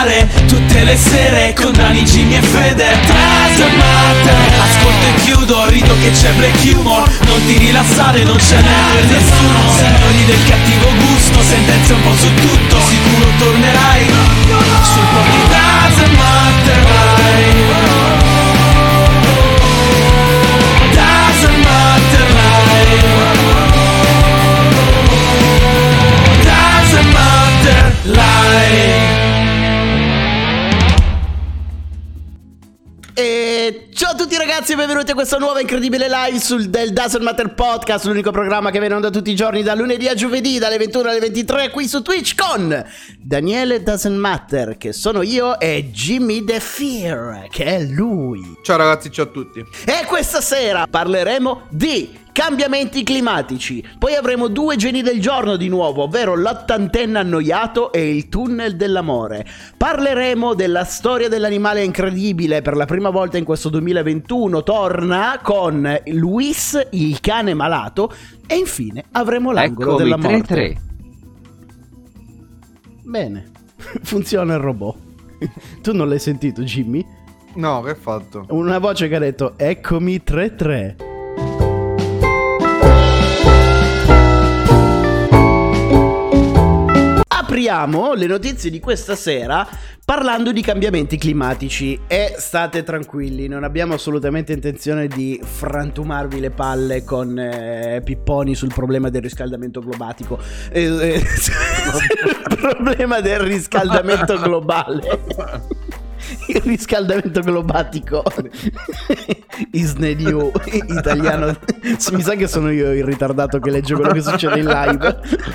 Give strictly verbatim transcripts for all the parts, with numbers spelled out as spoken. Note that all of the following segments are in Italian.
ballare tutte le sere con Dani, Jimmy e Fede. Doesn't matter. Ascolto e chiudo, rido che c'è black humor. Non ti rilassare, non ce n'è per nessuno. Signori del cattivo gusto, sentenze un po' su tutto. Sicuro tornerai sul pochi. Doesn't matter, live. Doesn't matter, live. Doesn't matter, live. E ciao a tutti ragazzi e benvenuti a questa nuova incredibile live sul del Doesn't Matter Podcast, l'unico programma che viene onda tutti i giorni da lunedì a giovedì dalle ventuno alle ventitré qui su Twitch con Daniele Doesn't Matter, che sono io, e Jimmy The Fear, che è lui. Ciao ragazzi, ciao a tutti. E questa sera parleremo di cambiamenti climatici, poi avremo due geni del giorno di nuovo, ovvero l'ottantenna annoiato e il tunnel dell'amore. Parleremo della storia dell'animale incredibile, per la prima volta in questo duemilaventuno torna con Luis, il cane malato, e infine avremo l'angolo Eccomi, della morte. tre tre. Bene, funziona il robot. Tu non l'hai sentito, Jimmy? No, che hai fatto? Una voce che ha detto eccomi tre tre. Apriamo le notizie di questa sera parlando di cambiamenti climatici e state tranquilli, non abbiamo assolutamente intenzione di frantumarvi le palle con eh, pipponi sul problema del riscaldamento globatico, eh, eh, il problema del riscaldamento globale. Il riscaldamento globatico is the new italiano. Mi sa che sono io il ritardato che legge quello che succede in live.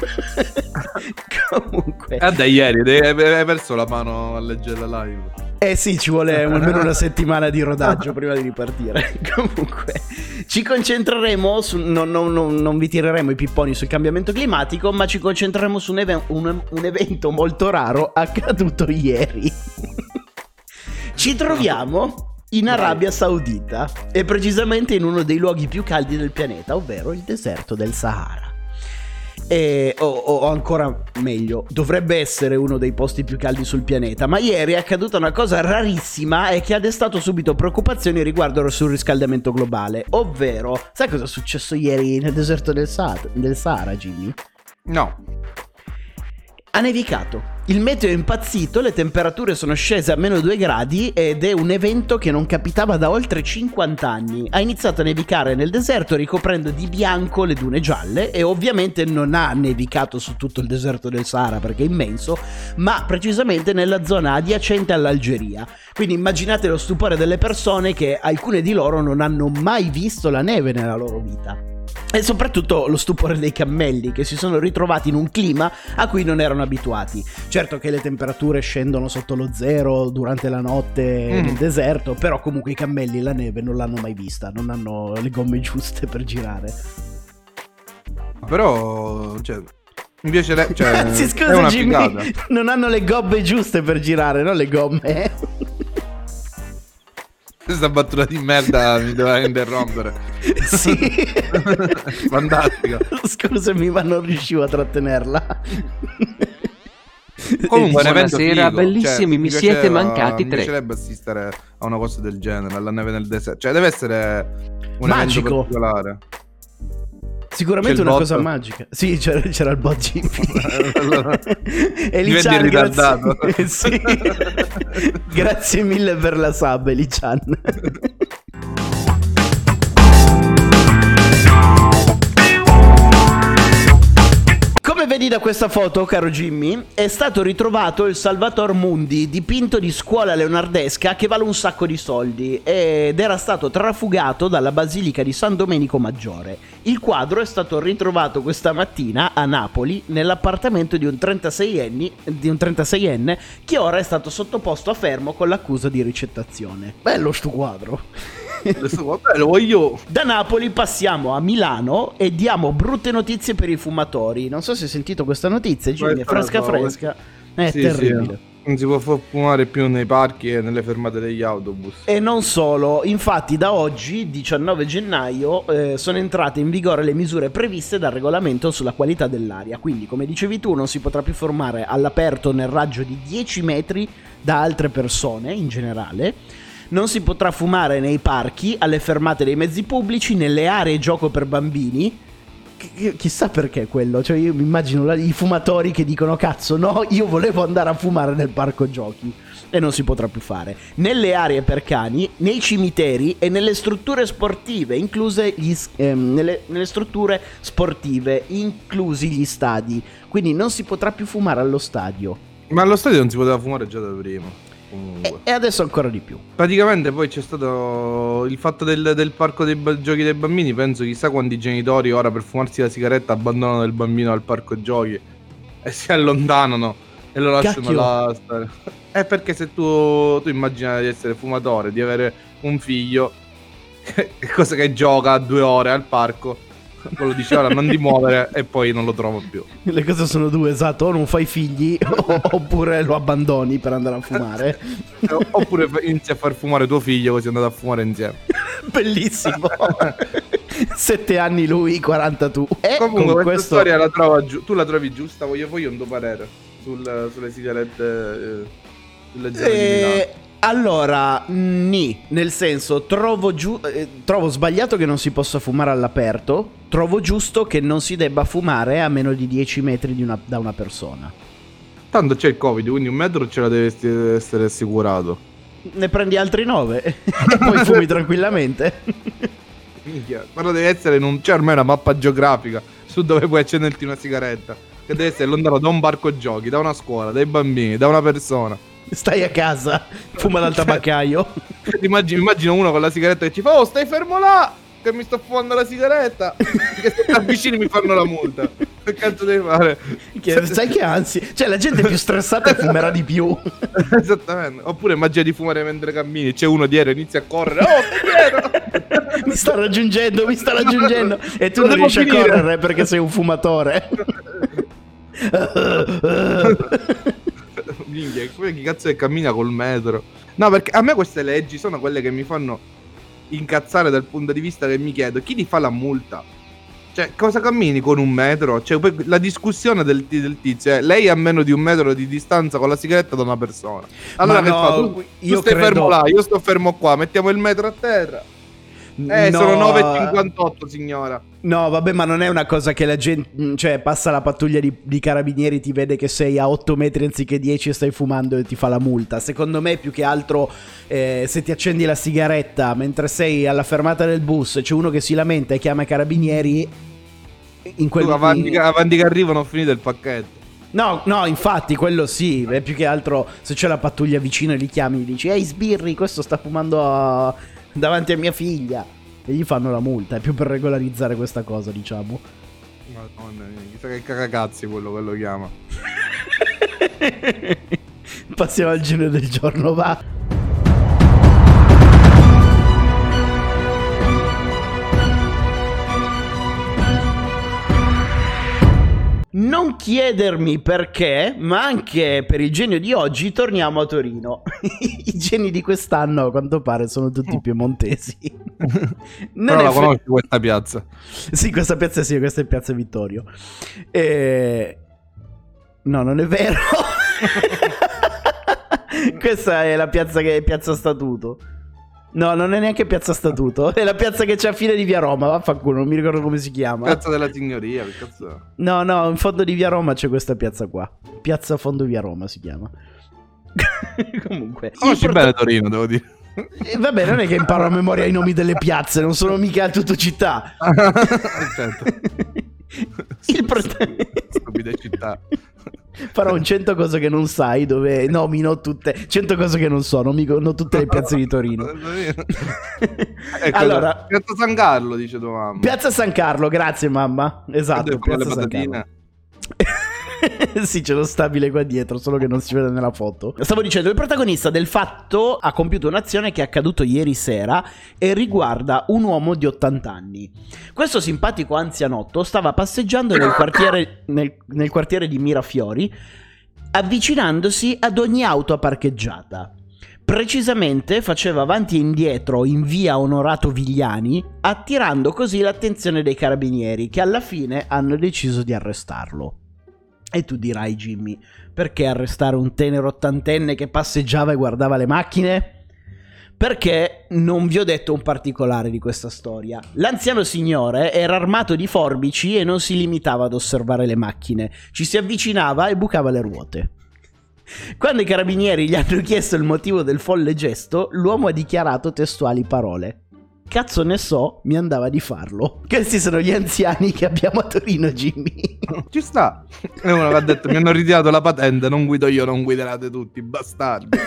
Comunque Ah, da ieri hai perso la mano a leggere la live. Eh sì, ci vuole almeno una settimana di rodaggio prima di ripartire. Comunque ci concentreremo su, non, non, non, non vi tireremo i pipponi sul cambiamento climatico, ma ci concentreremo su un, even- un, un evento molto raro accaduto ieri. Ci troviamo in Arabia Saudita e precisamente in uno dei luoghi più caldi del pianeta, ovvero il deserto del Sahara. E, o, o ancora meglio, dovrebbe essere uno dei posti più caldi sul pianeta, ma ieri è accaduta una cosa rarissima e che ha destato subito preoccupazioni riguardo al surriscaldamento globale, ovvero, sai cosa è successo ieri nel deserto del Sahara, del Sahara, Jimmy? No. Ha nevicato. Il meteo è impazzito, le temperature sono scese a meno due gradi ed è un evento che non capitava da oltre cinquanta anni. Ha iniziato a nevicare nel deserto ricoprendo di bianco le dune gialle e ovviamente non ha nevicato su tutto il deserto del Sahara perché è immenso, ma precisamente nella zona adiacente all'Algeria. Quindi immaginate lo stupore delle persone che alcune di loro non hanno mai visto la neve nella loro vita. E soprattutto lo stupore dei cammelli che si sono ritrovati in un clima a cui non erano abituati. Certo che le temperature scendono sotto lo zero durante la notte mm. nel deserto, però comunque i cammelli la neve non l'hanno mai vista, non hanno le gomme giuste per girare. Però, cioè, mi piace, cioè, anzi scusa Jimmy, non hanno le gomme giuste per girare, non le gomme. Questa battuta di merda mi doveva interrompere. Sì. Fantastica. Scusami, ma non riuscivo a trattenerla. Comunque un evento buonasera, figo. Bellissimi, Cioè, mi piaceva, siete mancati mi tre. Mi piacerebbe assistere a una cosa del genere, alla neve nel deserto. Cioè deve essere un magico, evento particolare. Sicuramente una bot. cosa magica. Sì, c'era, c'era il bot Jimmy. Allora, Eli-chan, ritardato. grazie. Sì. Grazie mille per la sub, Eli-chan. Come vedi da questa foto, caro Jimmy, è stato ritrovato il Salvator Mundi dipinto di scuola leonardesca che vale un sacco di soldi ed era stato trafugato dalla Basilica di San Domenico Maggiore. Il quadro è stato ritrovato questa mattina a Napoli nell'appartamento di un trentaseienne, di un trentaseienne che ora è stato sottoposto a fermo con l'accusa di ricettazione. Bello sto quadro. Vabbè, lo voglio. Da Napoli passiamo a Milano e diamo brutte notizie per i fumatori. Non so se hai sentito questa notizia, Jimmy, è fresca fresca. È sì, terribile. Sì. Non si può fumare più nei parchi e nelle fermate degli autobus. E non solo, infatti da oggi, diciannove gennaio, eh, sono entrate in vigore le misure previste dal regolamento sulla qualità dell'aria. Quindi, come dicevi tu, non si potrà più fumare all'aperto nel raggio di dieci metri da altre persone in generale. Non si potrà fumare nei parchi, alle fermate dei mezzi pubblici, nelle aree gioco per bambini. Ch- chissà perché quello, cioè io mi immagino la- i fumatori che dicono cazzo no, io volevo andare a fumare nel parco giochi, e non si potrà più fare. Nelle aree per cani, nei cimiteri e nelle strutture sportive, incluse gli, s- ehm, nelle, nelle strutture sportive, inclusi gli stadi. Quindi non si potrà più fumare allo stadio. Ma allo stadio non si poteva fumare già da prima. E, Comunque. e adesso ancora di più. Praticamente poi c'è stato il fatto del, del parco dei ba- giochi dei bambini. Penso chissà quanti genitori ora per fumarsi la sigaretta abbandonano il bambino al parco giochi e si allontanano e lo lasciano Cacchio. là stare. È perché se tu, tu immagina di essere fumatore, di avere un figlio che, cosa che gioca a due ore al parco, quello dice ora non ti muovere e poi non lo trovo più. Le cose sono due, esatto, o non fai figli o- oppure lo abbandoni per andare a fumare. Oppure fa- inizi a far fumare tuo figlio così andate a fumare insieme. Bellissimo. Sette anni lui, quaranta tu. E Comunque con questa questo... storia la trova giu- tu la trovi giusta, voglio voglio un tuo parere sul- sulle sigarette, eh, sulle zone di Milano. Eh, allora, ni, nel senso, trovo, giu- eh, trovo sbagliato che non si possa fumare all'aperto, trovo giusto che non si debba fumare a meno di dieci metri di una- da una persona. Tanto c'è il Covid, quindi un metro ce la deve esti- essere assicurato. Ne prendi altri nove e poi fumi tranquillamente. Minchia, però deve essere in un, c'è ormai una mappa geografica su dove puoi accenderti una sigaretta, che deve essere lontano da un parco giochi, da una scuola, dai bambini, da una persona. Stai a casa, fuma dal tabaccaio. Immagino, immagino uno con la sigaretta che ci fa: oh, stai fermo là, che mi sto fumando la sigaretta, che se ti avvicini mi fanno la multa. Che cazzo devi fare? Che, sai che anzi, cioè la gente è più stressata e fumerà di più. Esattamente. Oppure immagina di fumare mentre cammini, c'è uno dietro e inizia a correre: oh, stai dietro! Mi sta raggiungendo, mi sta raggiungendo. E tu Non non devo riesci a finire. correre perché sei un fumatore. Minchia, come chi cazzo che cammina col metro? No, perché a me queste leggi sono quelle che mi fanno incazzare dal punto di vista che mi chiedo: chi ti fa la multa? Cioè, cosa cammini con un metro? Cioè, poi la discussione del, del tizio è: lei a meno di un metro di distanza con la sigaretta da una persona. Allora Ma che no, fa? Tu, tu io stai credo- fermo là, io sto fermo qua, mettiamo il metro a terra. Eh, No. sono nove e cinquantotto, signora. No, vabbè, ma non è una cosa che la gente, cioè, passa la pattuglia di, di carabinieri, ti vede che sei a otto metri anziché dieci e stai fumando e ti fa la multa. Secondo me, più che altro, eh, se ti accendi la sigaretta mentre sei alla fermata del bus, c'è uno che si lamenta e chiama i carabinieri. In quel Tu, avanti, che- avanti che arrivano, ho finito il pacchetto. No, no, infatti, quello sì. È più che altro se c'è la pattuglia vicino e li chiami, gli dici: ehi, sbirri, questo sta fumando a- davanti a mia figlia. E gli fanno la multa. È più per regolarizzare questa cosa, diciamo. Madonna mia, chissà che cagacazzi quello che lo chiama. Passiamo al genere del giorno, va. Non chiedermi perché, ma anche per il genio di oggi torniamo a Torino. I geni di quest'anno, a quanto pare, sono tutti piemontesi. Non Però è la fe- conosci questa piazza? Sì, questa piazza sì, questa è Piazza Vittorio. Eh... No, non è vero. Questa è la piazza che è Piazza Statuto. No, non è neanche Piazza Statuto. È la piazza che c'è a fine di Via Roma. Vaffanculo, non mi ricordo come si chiama. Piazza della Signoria, che cazzo è? No, no, in fondo di Via Roma c'è questa piazza qua. Piazza Fondo Via Roma si chiama. Comunque. il Conosci prota- bene Torino, devo dire. Eh, vabbè, non è che imparo a memoria i nomi delle piazze, non sono mica tutto città. Certo. Il prota- Stupide città. Farò un cento cose che non sai, dove nomino tutte cento cose che non so, nomino tutte le piazze di Torino. Ecco, Allora- Piazza San Carlo, dice tua mamma. Piazza San Carlo, grazie mamma. Esatto, Dove fanno Piazza le San Carlo. patatine. Sì, c'è lo stabile qua dietro, solo che non si vede nella foto. Stavo dicendo, il protagonista del fatto ha compiuto un'azione che è accaduto ieri sera e riguarda un uomo di ottanta anni. Questo simpatico anzianotto stava passeggiando nel quartiere, nel, nel quartiere di Mirafiori avvicinandosi ad ogni auto parcheggiata. Precisamente faceva avanti e indietro in via Onorato Vigliani, attirando così l'attenzione dei carabinieri, che alla fine hanno deciso di arrestarlo. E tu dirai, Jimmy, perché arrestare un tenero ottantenne che passeggiava e guardava le macchine? Perché non vi ho detto un particolare di questa storia. L'anziano signore era armato di forbici e non si limitava ad osservare le macchine, ci si avvicinava e bucava le ruote. Quando i carabinieri gli hanno chiesto il motivo del folle gesto, l'uomo ha dichiarato testuali parole: cazzo ne so, mi andava di farlo. Questi sono gli anziani che abbiamo a Torino, Jimmy. Ci sta. E uno che ha detto: mi hanno ritirato la patente, non guido io, non guiderate tutti, bastardi.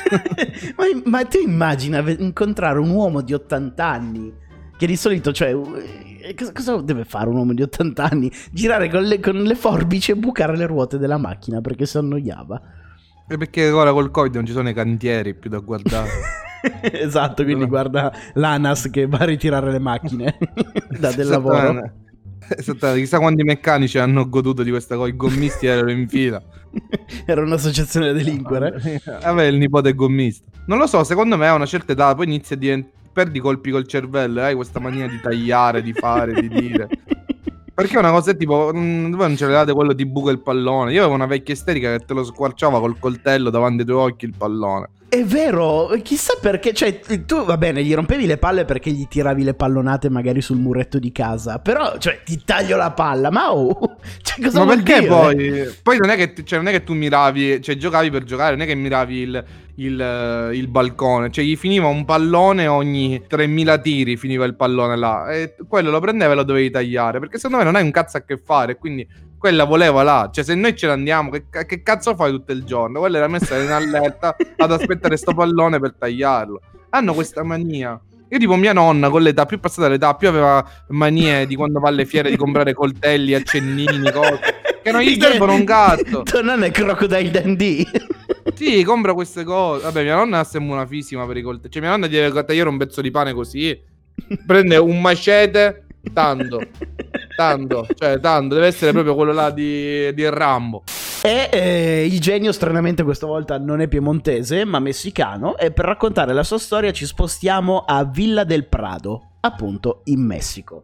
ma, ma tu immagina incontrare un uomo di ottanta anni, che di solito, cioè, cosa, cosa deve fare un uomo di ottanta anni? Girare con le, con le forbici e bucare le ruote della macchina perché si annoiava. E perché ora col Covid non ci sono i cantieri più da guardare. Esatto, quindi no. Guarda l'ANAS che va a ritirare le macchine da del lavoro. Esattamente, chissà quanti meccanici hanno goduto di questa cosa. I gommisti erano in fila. Era un'associazione a delinquere. Vabbè, il nipote è gommista. Non lo so, secondo me a una certa età poi inizia a diventare, perdi colpi col cervello, hai questa mania di tagliare, di fare, di dire. Perché una cosa è tipo, mh, voi non ce l'avete quello di buco il pallone. Io avevo una vecchia isterica che te lo squarciava col coltello davanti ai tuoi occhi il pallone. È vero, chissà perché, cioè tu va bene, gli rompevi le palle perché gli tiravi le pallonate magari sul muretto di casa, però cioè ti taglio la palla, ma oh, cioè, cosa ma vuol perché dire? poi poi non è che cioè, non è che tu miravi, cioè giocavi per giocare, non è che miravi il il, il balcone, cioè gli finiva un pallone ogni tremila tiri, finiva il pallone là e quello lo prendeva e lo dovevi tagliare, perché secondo me non hai un cazzo a che fare, quindi quella voleva là, cioè se noi ce ne andiamo che, che cazzo fai tutto il giorno? Quella era messa in allerta ad aspettare sto pallone per tagliarlo. Hanno questa mania. Io tipo mia nonna con l'età, più passata l'età, più aveva manie di quando va alle fiere di comprare coltelli, accennini, cose che non gli servono un cazzo. Tua nonna è Crocodile Dundee. Sì, compra queste cose. Vabbè, mia nonna sembra una fisima per i coltelli. Cioè mia nonna deve tagliare un pezzo di pane così, prende un macete, tanto tanto, cioè tanto, deve essere proprio quello là di, di Rambo. E eh, il genio stranamente questa volta non è piemontese ma messicano, e per raccontare la sua storia ci spostiamo a Villa del Prado, appunto in Messico.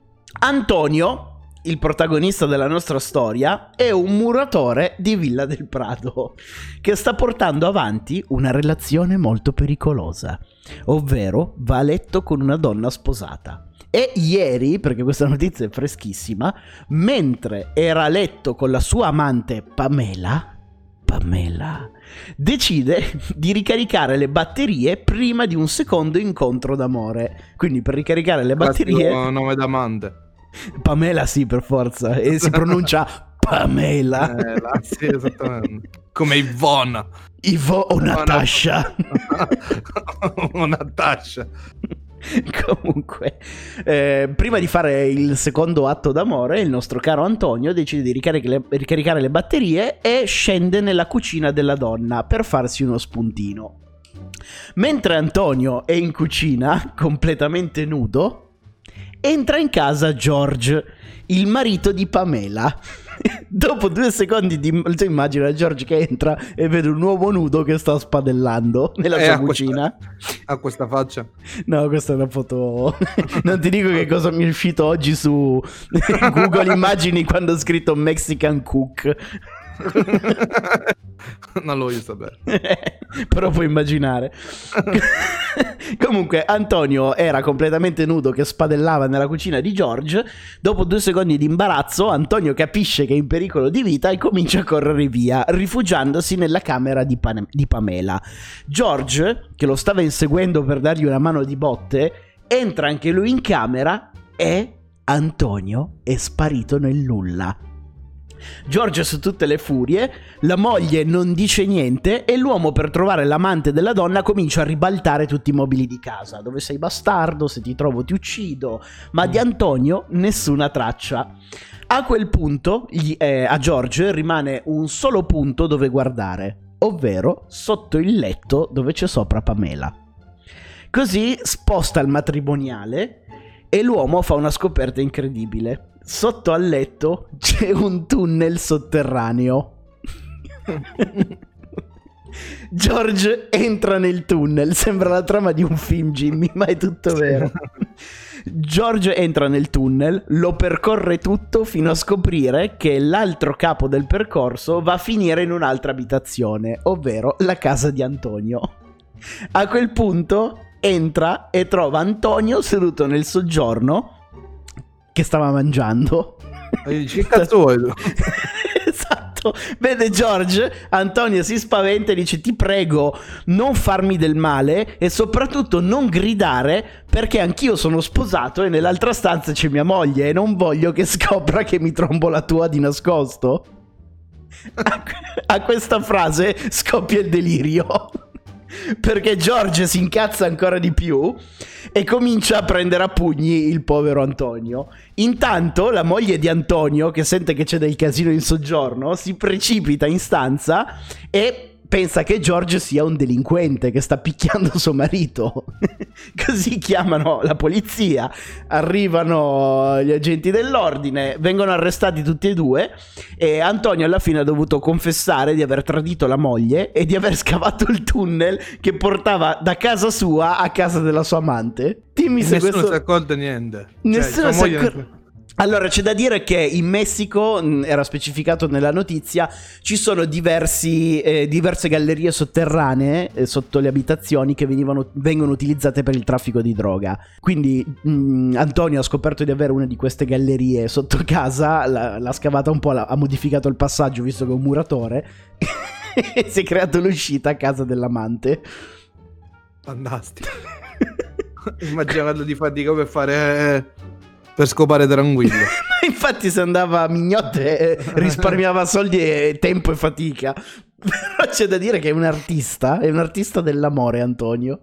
Antonio, il protagonista della nostra storia, è un muratore di Villa del Prado che sta portando avanti una relazione molto pericolosa, ovvero va a letto con una donna sposata. E ieri, perché questa notizia è freschissima, mentre era a letto con la sua amante Pamela, Pamela, decide di ricaricare le batterie prima di un secondo incontro d'amore. Quindi per ricaricare le batterie... Classico nome d'amante. Pamela sì, per forza, e si pronuncia Pamela. Eh, là, sì, esattamente. Come Ivona. Ivo o Natasha. O Natasha. Comunque, eh, prima di fare il secondo atto d'amore, il nostro caro Antonio decide di ricaric- le- ricaricare le batterie e scende nella cucina della donna per farsi uno spuntino. Mentre Antonio è in cucina, completamente nudo, entra in casa George, il marito di Pamela. Dopo due secondi di... Cioè, immagina George che entra e vede un uomo nudo che sta spadellando nella eh, sua a cucina. Questa, a questa faccia. No, questa è una foto... Non ti dico che cosa mi è uscito oggi su Google Immagini quando ho scritto Mexican Cook. Non lo voglio sapere. Però puoi immaginare. Comunque Antonio era completamente nudo che spadellava nella cucina di George. Dopo due secondi di imbarazzo Antonio capisce che è in pericolo di vita e comincia a correre via, rifugiandosi nella camera di, Pan- di Pamela. George, che lo stava inseguendo per dargli una mano di botte, entra anche lui in camera e Antonio è sparito nel nulla. George è su tutte le furie, la moglie non dice niente e l'uomo, per trovare l'amante della donna, comincia a ribaltare tutti i mobili di casa. Dove sei, bastardo? Se ti trovo ti uccido. Ma di Antonio nessuna traccia. A quel punto gli, eh, a George rimane un solo punto dove guardare, ovvero sotto il letto dove c'è sopra Pamela. Così sposta il matrimoniale e l'uomo fa una scoperta incredibile. Sotto al letto c'è un tunnel sotterraneo. George entra nel tunnel, sembra la trama di un film, Jimmy, ma è tutto vero. George entra nel tunnel, lo percorre tutto fino a scoprire che l'altro capo del percorso va a finire in un'altra abitazione, ovvero la casa di Antonio. A quel punto entra e trova Antonio seduto nel soggiorno che stava mangiando. Che cazzo vuoi tu? Esatto. Vede George, Antonio si spaventa e dice: ti prego, non farmi del male e soprattutto non gridare, perché anch'io sono sposato e nell'altra stanza c'è mia moglie e non voglio che scopra che mi trombo la tua di nascosto. A, a questa frase scoppia il delirio, perché George si incazza ancora di più e comincia a prendere a pugni il povero Antonio. Intanto la moglie di Antonio, che sente che c'è del casino in soggiorno, si precipita in stanza e pensa che George sia un delinquente che sta picchiando suo marito. Così chiamano la polizia, arrivano gli agenti dell'ordine, vengono arrestati tutti e due e Antonio alla fine ha dovuto confessare di aver tradito la moglie e di aver scavato il tunnel che portava da casa sua a casa della sua amante. Dimmi se Nessuno questo... si è accorto niente. Nessuno cioè, si è accor- Allora, c'è da dire che in Messico, mh, era specificato nella notizia, ci sono diversi, eh, diverse gallerie sotterranee eh, sotto le abitazioni che venivano, vengono utilizzate per il traffico di droga. Quindi mh, Antonio ha scoperto di avere una di queste gallerie sotto casa, l'ha, l'ha scavata un po', l'ha, ha modificato il passaggio visto che è un muratore e si è creato l'uscita a casa dell'amante. Fantastico. Immaginando di fatica per fare... Eh... per scopare tranquillo. Infatti se andava a mignotte eh, risparmiava soldi e tempo e fatica. Però c'è da dire che è un artista, è un artista dell'amore, Antonio.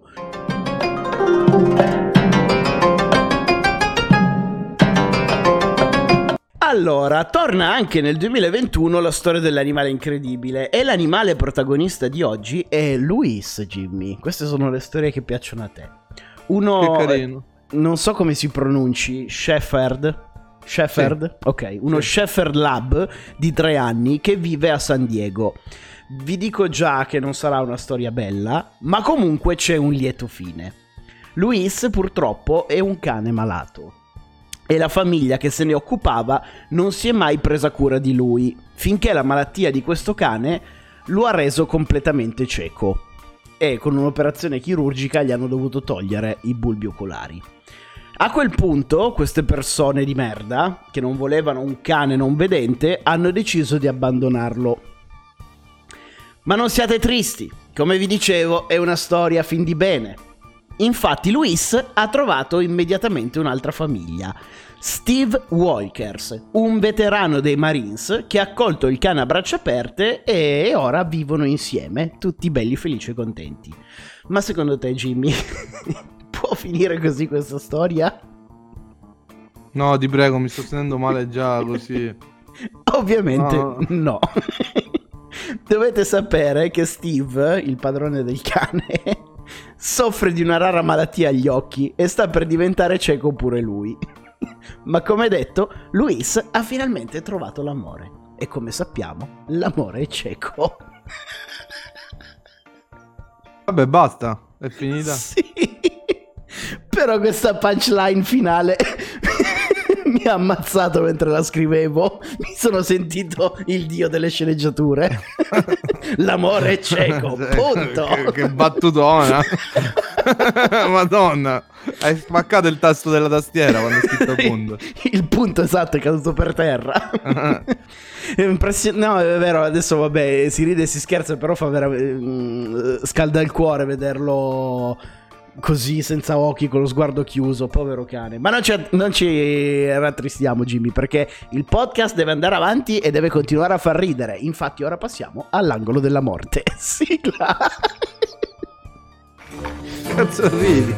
Allora, torna anche nel duemilaventuno la storia dell'animale incredibile e l'animale protagonista di oggi è Luis, Jimmy. Queste sono le storie che piacciono a te. Uno... Che carino. Non so come si pronunci, Shepherd, Shepherd, sì. Ok, uno sì. Shepherd Lab di tre anni che vive a San Diego. Vi dico già che non sarà una storia bella, ma comunque c'è un lieto fine. Luis purtroppo è un cane malato e la famiglia che se ne occupava non si è mai presa cura di lui, finché la malattia di questo cane lo ha reso completamente cieco e con un'operazione chirurgica gli hanno dovuto togliere i bulbi oculari. A quel punto queste persone di merda, che non volevano un cane non vedente, hanno deciso di abbandonarlo. Ma non siate tristi, come vi dicevo è una storia fin di bene. Infatti Luis ha trovato immediatamente un'altra famiglia, Steve Walkers, un veterano dei Marines che ha accolto il cane a braccia aperte e ora vivono insieme, tutti belli, felici e contenti. Ma secondo te, Jimmy, può finire così questa storia? No, ti prego, mi sto sentendo male già così. Ovviamente no. no. Dovete sapere che Steve, il padrone del cane, soffre di una rara malattia agli occhi e sta per diventare cieco pure lui. Ma come detto, Luis ha finalmente trovato l'amore. E come sappiamo, l'amore è cieco. Vabbè, basta, è finita. Sì. Però questa punchline finale mi ha ammazzato mentre la scrivevo. Mi sono sentito il dio delle sceneggiature. L'amore è cieco, punto. Che, che battutona. Madonna, hai spaccato il tasto della tastiera quando hai scritto punto. Il punto esatto è caduto per terra. È impression- no, è vero, adesso vabbè, si ride e si scherza, però fa veramente scalda il cuore vederlo così, senza occhi, con lo sguardo chiuso, povero cane. Ma non ci, non ci rattristiamo, Jimmy, perché il podcast deve andare avanti e deve continuare a far ridere. Infatti ora passiamo all'angolo della morte. Sigla. Cazzo ridi?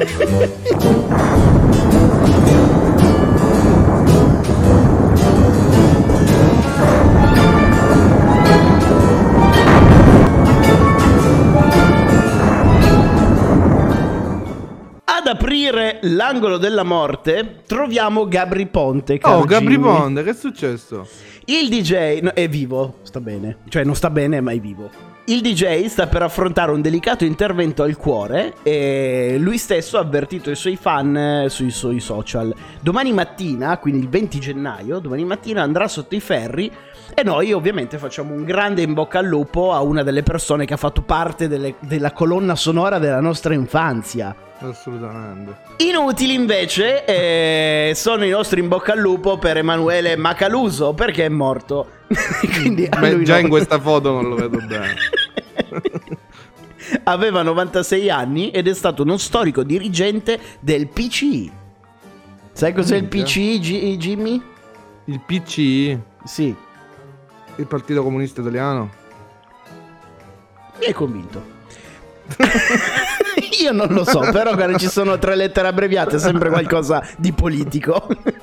Ad aprire l'angolo della morte troviamo Gabri Ponte. Oh, Gabri Ponte, che è successo? Il D J no, è vivo, sta bene. Cioè non sta bene, ma è vivo. Il D J sta per affrontare un delicato intervento al cuore e lui stesso ha avvertito i suoi fan eh, sui suoi social. Domani mattina, quindi il venti gennaio, domani mattina andrà sotto i ferri e noi ovviamente facciamo un grande in bocca al lupo a una delle persone che ha fatto parte delle- della colonna sonora della nostra infanzia. Assolutamente. Inutili invece eh, sono i nostri in bocca al lupo per Emanuele Macaluso perché è morto. Quindi a Beh, lui già no. in questa foto non lo vedo bene. Aveva novantasei anni ed è stato uno storico dirigente del P C I. Sai cos'è il P C I, G- Jimmy? Il P C I, Sì, il Partito Comunista Italiano. mi hai convinto. Io non lo so, però quando ci sono tre lettere abbreviate è sempre qualcosa di politico.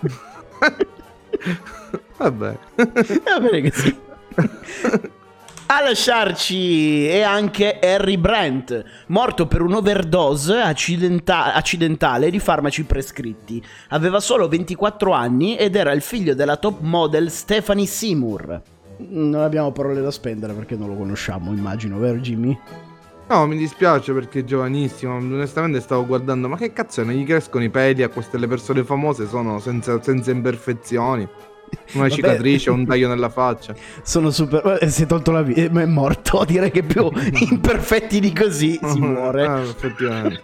Vabbè. Va bene che sì. A lasciarci è anche Harry Brent, morto per un'overdose accidenta- accidentale di farmaci prescritti. Aveva solo ventiquattro anni ed era il figlio della top model Stephanie Seymour. Non abbiamo parole da spendere perché non lo conosciamo, immagino, vero Jimmy? No, mi dispiace perché è giovanissimo. Onestamente stavo guardando, ma che cazzo, non gli crescono i peli a queste le persone famose? Sono senza, senza imperfezioni. Una Vabbè. cicatrice, un taglio nella faccia. Sono super... eh, si è tolto la vita, ma è morto. Direi che più imperfetti di così si muore. Ah, effettivamente.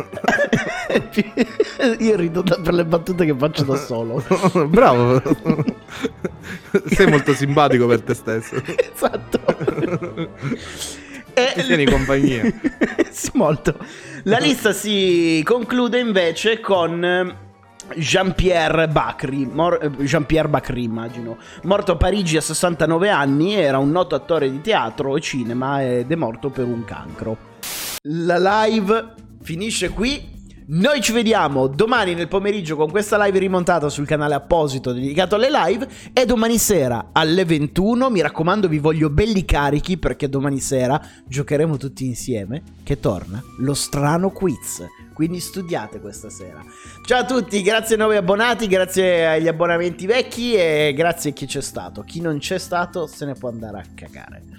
Io rido da- per le battute che faccio da solo. Bravo. Sei molto simpatico per te stesso. Esatto. E... Ti tieni compagnia. Sì, molto. La lista si conclude invece con Jean-Pierre Bacri, mor- Jean-Pierre Bacri immagino, morto a Parigi a sessantanove anni, era un noto attore di teatro e cinema ed è morto per un cancro. La live finisce qui. Noi ci vediamo domani nel pomeriggio con questa live rimontata sul canale apposito dedicato alle live e domani sera alle ventuno, mi raccomando vi voglio belli carichi perché domani sera giocheremo tutti insieme che torna lo strano quiz, quindi studiate questa sera. Ciao a tutti, grazie ai nuovi abbonati, grazie agli abbonamenti vecchi e grazie a chi c'è stato. Chi non c'è stato se ne può andare a cagare.